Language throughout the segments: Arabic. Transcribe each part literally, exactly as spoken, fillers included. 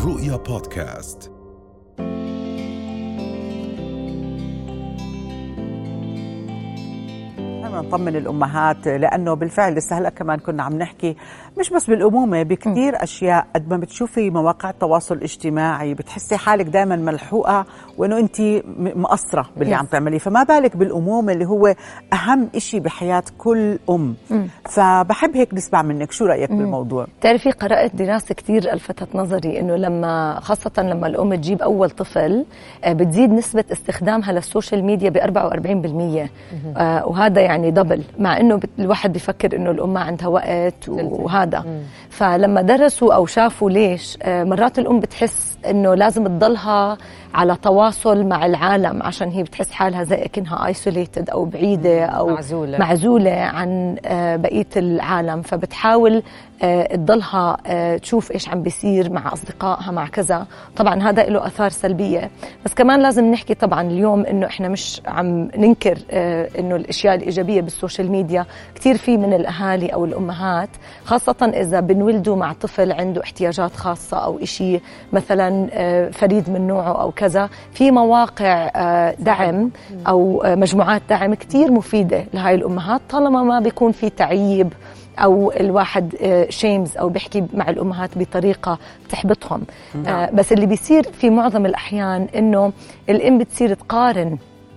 رؤيا بودكاست. نطمن الأمهات لأنه بالفعل لسه هلأ كمان كنا عم نحكي مش بس بالأمومة، بكثير أشياء قد ما بتشوفي مواقع التواصل الاجتماعي بتحسي حالك دائما ملحوقة وإنه أنت مقصرة باللي عم تعمليه، فما بالك بالأمومة اللي هو أهم إشي بحياة كل أم. م. فبحب هيك نسمع منك شو رأيك م. بالموضوع. تعرفي قرأت دراسة كتير ألفتت نظري إنه لما خاصة لما الأم تجيب أول طفل بتزيد نسبة استخدامها للسوشيال ميديا ب أربعة وأربعين بالمية، آه وهذا يعني دبل، مع إنه الواحد بيفكر إنه الأم عندها وقت وهذا. مم. فلما درسوا أو شافوا ليش مرات الأم بتحس إنه لازم تضلها على تواصل مع العالم عشان هي بتحس حالها زي كأنها isolated أو بعيدة أو معزولة, معزولة عن بقية العالم، فبتحاول تضلها تشوف إيش عم بيصير مع أصدقائها مع كذا. طبعا هذا له أثار سلبية، بس كمان لازم نحكي طبعا اليوم إنه إحنا مش عم ننكر إنه الأشياء الإيجابية بالسوشيال ميديا. كتير في من الأهالي أو الأمهات خاصة إذا بنولدوا مع طفل عنده احتياجات خاصة أو إشي مثلا فريد من نوعه أو كذا، في مواقع دعم أو مجموعات دعم كتير مفيدة لهاي الأمهات طالما ما بيكون في تعيب أو الواحد شيمز أو بيحكي مع الأمهات بطريقة تحبطهم. آه بس اللي بيصير في معظم الأحيان إنه الأم بتصير تقارن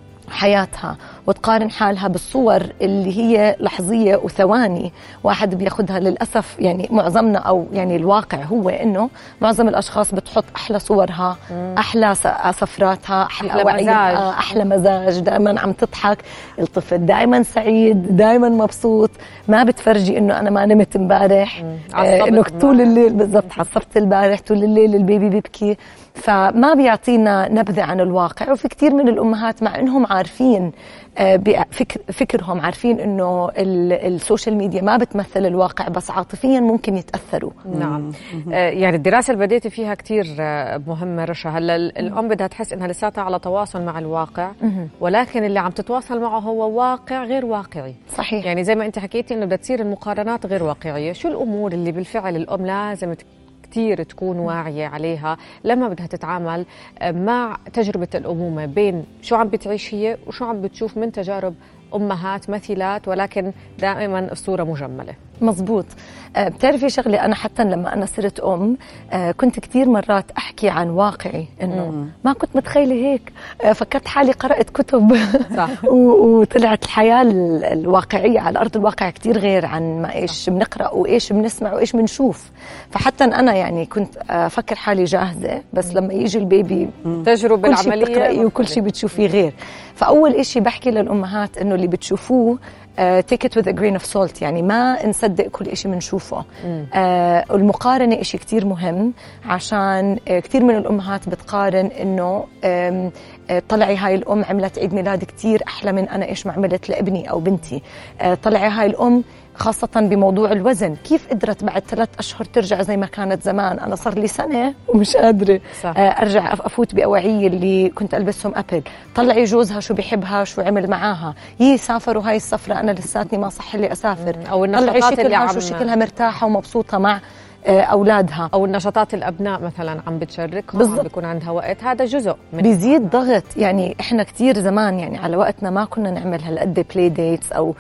حياتها وتقارن حالها بالصور اللي هي لحظية وثواني واحد بياخدها. للأسف يعني معظمنا أو يعني الواقع هو إنه معظم الأشخاص بتحط أحلى صورها، مم. أحلى سفراتها، أحلى, أحلى مزاج، أحلى مزاج، دائما عم تضحك، الطفل دائما سعيد، دائما مبسوط، ما بتفرجي إنه أنا ما نمت امبارح، آه إنه طول الليل بالضبط عصبت البارح، طول الليل البيبي بيبكي. فما بيعطينا نبذة عن الواقع. وفي كتير من الأمهات مع إنهم عارفين بفكر فكرهم عارفين إنه السوشيال ميديا ما بتمثل الواقع، بس عاطفيا ممكن يتأثروا. نعم. يعني الدراسة اللي بديتي فيها كتير مهمة رشا. هلا الأم بدها تحس إنها لساتها على تواصل مع الواقع، ولكن اللي عم تتواصل معه هو واقع غير واقعي. صحيح. يعني زي ما أنت حكيتي إنه بدها تصير المقارنات غير واقعية. شو الأمور اللي بالفعل الأم لازم كتير تكون واعية عليها لما بدها تتعامل مع تجربة الأمومة، بين شو عم بتعيش هي وشو عم بتشوف من تجارب أمهات مثيلات ولكن دائما الصورة مجملة؟ مزبوط. أه بتعرفي شغلة، أنا حتى لما أنا صرت أم أه كنت كتير مرات أحكي عن واقعي إنه مم. ما كنت متخيلة هيك. أه فكرت حالي قرأت كتب وطلعت الحياة الواقعية على أرض الواقع كتير غير عن ما إيش بنقرأ وإيش بنسمع وإيش بنشوف. فحتى أنا يعني كنت أفكر حالي جاهزة، بس لما يجي البيبي تجربة العملية وكل شيء بتشوفيه غير. فأول إشي بحكي للأمهات إنه اللي بتشوفوه Uh, take it with a grain of salt، يعني ما نصدق كل إشي منشوفه. uh, المقارنة إشي كتير مهم، عشان uh, كتير من الأمهات بتقارن إنه um, uh, طلعي هاي الأم عملت عيد ميلاد كتير أحلى من أنا إيش ما عملت لابني أو بنتي. uh, طلعي هاي الأم خاصة بموضوع الوزن كيف قدرت بعد ثلاث أشهر ترجع زي ما كانت زمان، أنا صار لي سنة ومش قادرة صح. أرجع أفوت بأواعي اللي كنت ألبسهم أبل. طلعي جوزها شو بيحبها شو عمل معاها، يي سافروا هاي السفرة أنا لساتني ما صح لي أسافر. أو النشاطات اللي عم شو شكلها مرتاحة ومبسوطة مع أولادها، أو النشاطات الأبناء مثلا عم بتشاركها، عم بيكون عندها وقت، هذا جزء من بيزيد ضغط. يعني إحنا كتير زمان يعني على وقتنا ما كنا نعمل هالقد بلاي ديتس أو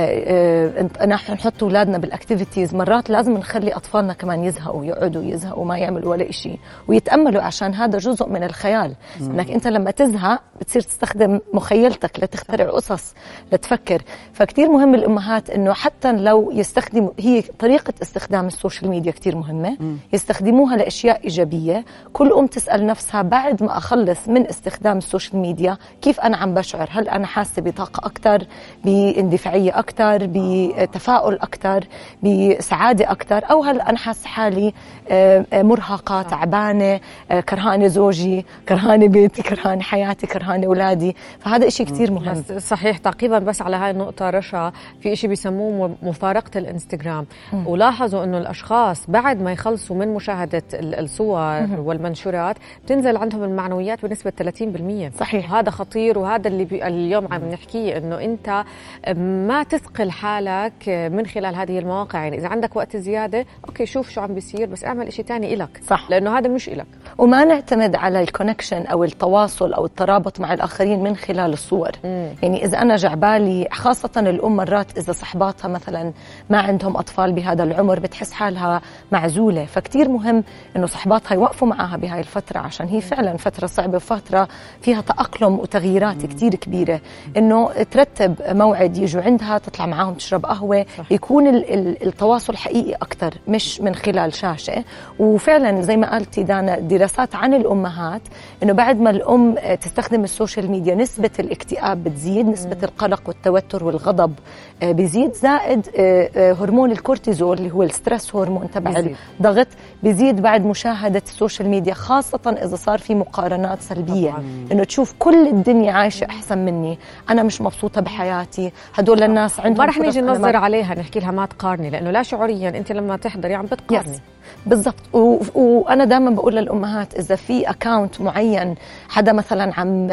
نحن نحط أولادنا بالأكتيفيتيز. مرات لازم نخلي أطفالنا كمان يزهقوا، يقعدوا يزهقوا ما يعملوا ولا إشي ويتأملوا، عشان هذا جزء من الخيال. مم. إنك أنت لما تزهق بتصير تستخدم مخيلتك لتخترع قصص لتفكر. فكتير مهم الأمهات إنه حتى لو يستخدموا، هي طريقة استخدام السوشيال ميديا كتير مهمة، يستخدموها لأشياء إيجابية. كل أم تسأل نفسها بعد ما أخلص من استخدام السوشيال ميديا كيف أنا عم بشعر، هل أنا حاسة بطاقة أكتر، باندفاعية أكتر، بتفاؤل أكتر، بسعادة أكتر، أو هل أنا حاسة حالي مرهقة، تعبانة، كرهانة زوجي، كرهانة بيتي، كرهانة حياتي، كرهانة أولادي. فهذا إشي كتير مهم. صحيح. تعقيبا بس على هاي النقطة رشا، في إشي بيسموه مفارقة الانستغرام. ولاحظوا إنه الأشخاص بعد بعد ما يخلصوا من مشاهدة الصور والمنشورات بتنزل عندهم المعنويات بنسبة ثلاثين بالمئة. صحيح. وهذا خطير، وهذا اللي اليوم عم نحكيه، إنه أنت ما تثقل حالك من خلال هذه المواقع. يعني إذا عندك وقت زيادة أوكي شوف شو عم بيصير، بس اعمل إشي تاني إلك. صح. لأنه هذا مش إلك. وما نعتمد على الكونكشن أو التواصل أو الترابط مع الآخرين من خلال الصور. مم. يعني إذا أنا جعبالي، خاصة الأم مرات إذا صحباتها مثلا ما عندهم أطفال بهذا العمر بتحس حالها معزولة، فكتير مهم إنه صحباتها يوقفوا معها بهاي الفترة، عشان هي فعلا فترة صعبة وفترة فيها تأقلم وتغييرات مم. كتير كبيرة. إنه ترتب موعد يجوا عندها، تطلع معاهم تشرب قهوة. صح. يكون ال ال التواصل حقيقي أكتر مش من خلال شاشة. وفعلا زي ما قلتي دانا، دراسات عن الأمهات إنه بعد ما الأم تستخدم السوشيال ميديا نسبة الاكتئاب بتزيد، نسبة القلق والتوتر والغضب بيزيد، زائد هرمون الكورتيزول اللي هو الستريس هرمون تبع الضغط بيزيد بعد مشاهدة السوشيال ميديا، خاصة إذا صار في مقارنات سلبية. طبعاً. إنه تشوف كل الدنيا عايشة أحسن مني، أنا مش مبسوطة بحياتي، هدول الناس عندهم. ما رح نيجي ننظر عليها نحكي لها ما تقارني، لأنه لا شعوريا أنت لما تحضري عم بتقارني. بالضبط. وأنا دائما بقول للأمهات إذا في أكاونت معين حدا مثلا عم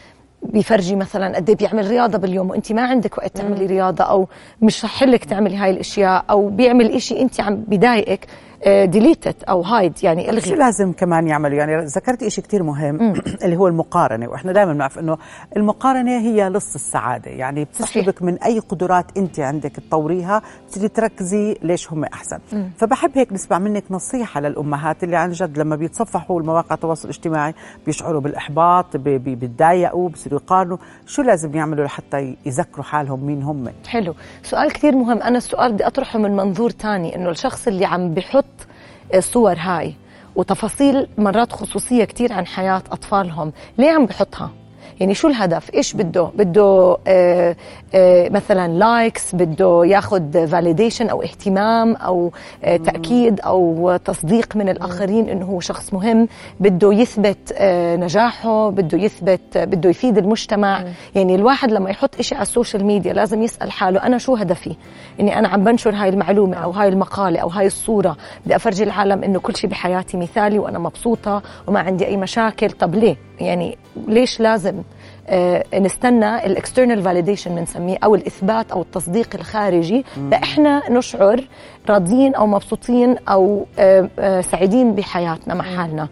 بيفرجي مثلا قد ايه بيعمل رياضه باليوم وانت ما عندك وقت تعملي رياضه، او مش رح لك تعملي هاي الاشياء، او بيعمل إشي انت عم بضايقك، ديليتت او هايد، يعني الغي. شو لازم كمان يعملوا؟ يعني ذكرتي إشي كتير مهم مم. اللي هو المقارنه، واحنا دائما بنعرف انه المقارنه هي لص السعاده، يعني بتسلبك من اي قدرات انت عندك تطوريها، بتجي تركزي ليش هم احسن. مم. فبحب هيك نسمع منك نصيحه للامهات اللي عن جد لما بيتصفحوا المواقع التواصل الاجتماعي بيشعروا بالاحباط، بيتضايقوا، بصيروا يقارنوا، شو لازم يعملوا لحتى يذكروا حالهم مين هم؟ حلو، سؤال كثير مهم. انا السؤال بدي اطرحه من منظور تاني، انه الشخص اللي عم بحط الصور هاي وتفاصيل مرات خصوصية كتير عن حياة أطفالهم، ليه عم بحطها؟ يعني شو الهدف؟ إيش بده؟ بده آه آه مثلا لايكس، بده ياخد فاليديشن أو اهتمام أو آه تأكيد أو تصديق من الآخرين إنه هو شخص مهم، بده يثبت آه نجاحه، بده يثبت آه بده يفيد المجتمع. مم. يعني الواحد لما يحط إشي على السوشيال ميديا لازم يسأل حاله أنا شو هدفي؟ إني أنا عم بنشر هاي المعلومة أو هاي المقالة أو هاي الصورة، بدي أفرجي العالم إنه كل شيء بحياتي مثالي وأنا مبسوطة وما عندي أي مشاكل. طب ليه؟ يعني ليش لازم آه نستنى الاكسترنال فاليديشن بنسميه او الاثبات او التصديق الخارجي لإحنا نشعر راضيين او مبسوطين او آه آه سعيدين بحياتنا مع حالنا؟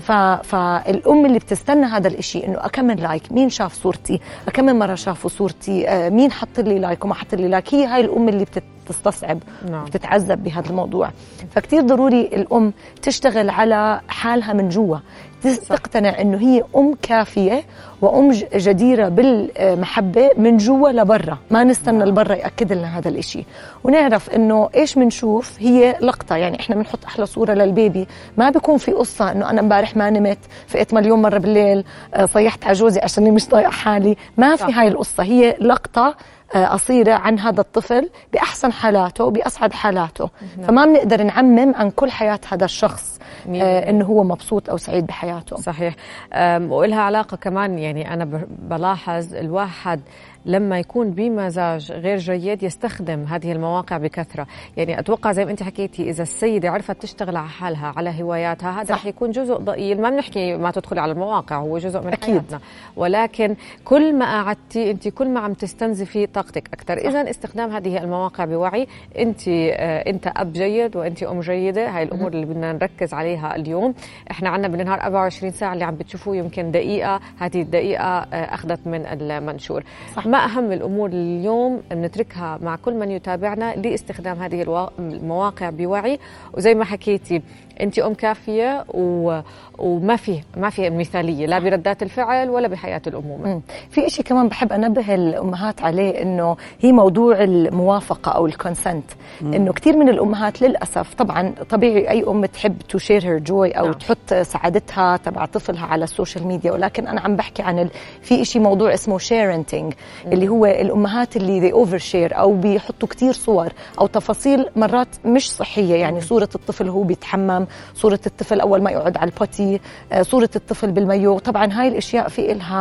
فالام اللي بتستنى هذا الاشي انه اكمل لايك، مين شاف صورتي، اكمل مره شافوا صورتي، آه مين حط لي لايك وما حط لي لايك، هي هاي الام اللي بتت تستصعب وتتعذب بهذا الموضوع. فكتير ضروري الأم تشتغل على حالها من جوا، تقتنع إنه هي أم كافية وأم جديرة بالمحبة من جوا لبرا، ما نستنى البرا يأكد لنا هذا الإشي. ونعرف إنه إيش منشوف هي لقطة، يعني إحنا بنحط أحلى صورة للبيبي، ما بيكون في قصة إنه أنا امبارح ما نمت، فقت مليون مرة بالليل، صيحت على جوزي عشان مش طايقة حالي، ما في هاي القصة. هي لقطة قصيرة عن هذا الطفل بأحسن حالاته وبأسعد حالاته. نعم. فما بنقدر نعمم عن كل حياة هذا الشخص آه إنه هو مبسوط أو سعيد بحياته. صحيح. وإلها علاقة كمان، يعني أنا بلاحظ الواحد لما يكون بمزاج غير جيد يستخدم هذه المواقع بكثرة. يعني أتوقع زي ما أنت حكيتي، إذا السيدة عرفت تشتغل على حالها على هواياتها، هذا رح يكون جزء ضئيل. ما بنحكي ما تدخلي على المواقع، هو جزء من أكيد. حياتنا، ولكن كل ما قعدتي أنت كل ما عم تستنزفي طاقتك أكثر. إذن استخدام هذه المواقع بوعي. أنت آه أنت أب جيد وأنت أم جيدة، هاي الأمور اللي بدنا نركز عليها اليوم. إحنا عنا بالنهار أربعة وعشرين ساعة، اللي عم بتشوفوه يمكن دقيقة، هذه الدقيقة آه أخذت من المنشور. صح. ما أهم الأمور اليوم نتركها مع كل من يتابعنا لاستخدام هذه المواقع بوعي. وزي ما حكيتي أنت أم كافية و... وما في ما في مثالية لا بردات الفعل ولا بحياة الأمومة. مم. في إشي كمان بحب أنبه الأمهات عليه، إنه هي موضوع الموافقة أو الكونسنت. إنه كثير من الأمهات للأسف، طبعا طبيعي أي أم تحب تو شير هير جوي أو نعم. تحط سعادتها تبع طفلها على السوشيال ميديا، ولكن أنا عم بحكي عن ال... في إشي موضوع اسمه شيرنتينج، اللي هو الأمهات اللي ذي أوفر شير أو بيحطوا كتير صور أو تفاصيل مرات مش صحية. يعني صورة الطفل هو بيتحمم، صورة الطفل أول ما يقعد على البوتي، صورة الطفل بالمايو. طبعا هاي الأشياء في إلها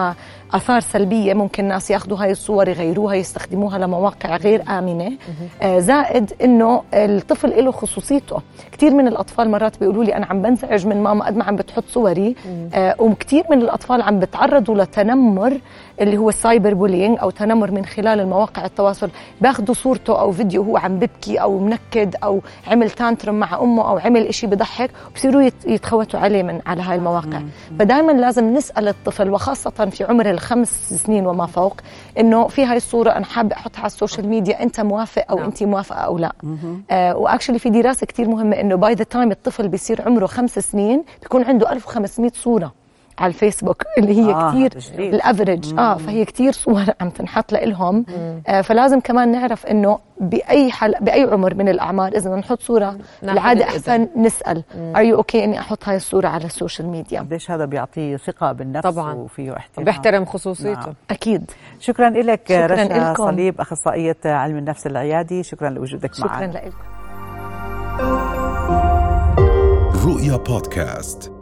آثار سلبية، ممكن ناس ياخذوا هاي الصور يغيروها يستخدموها لمواقع غير آمنة. آه زائد إنه الطفل له خصوصيته. كتير من الأطفال مرات بيقولوا لي أنا عم بنزعج من ماما قد ما عم بتحط صوري، آه وكتير من الأطفال عم بتعرضوا لتنمر اللي هو السايبر بولينج أو تنمر من خلال المواقع التواصل. باخذوا صورته أو فيديو هو عم ببكي أو منكد أو عمل تانترم مع أمه أو عمل إشي بضحك، وبصيروا يتخوتوا عليه من على هاي المواقع. فدائما لازم نسأل الطفل، وخاصة في عمر الخمس سنين وما فوق، إنه في هاي الصورة أنا حابة أحطها على السوشيال ميديا، أنت موافق أو أنت موافقة أو لا. آه وأكشلي في دراسة كتير مهمة إنه باي ذا تايم الطفل بيصير عمره خمس سنين بيكون عنده ألف وخمسمية صورة على الفيسبوك، اللي هي آه كتير الافريج. اه فهي كتير صور عم تنحط لهم. آه فلازم كمان نعرف انه باي حل باي عمر من الاعمار اذا بدنا نحط صوره العاده احسن نسال ار يو اوكي اني احط هاي الصوره على السوشيال ميديا. قديش هذا بيعطيه ثقه بالنفس طبعا، وفيه احترام، بيحترم خصوصيته. نعم. اكيد. شكرا لك رشا صليب، اخصائيه علم النفس العيادي، شكرا لوجودك شكرا معنا. شكرا لكم. رؤيا بودكاست.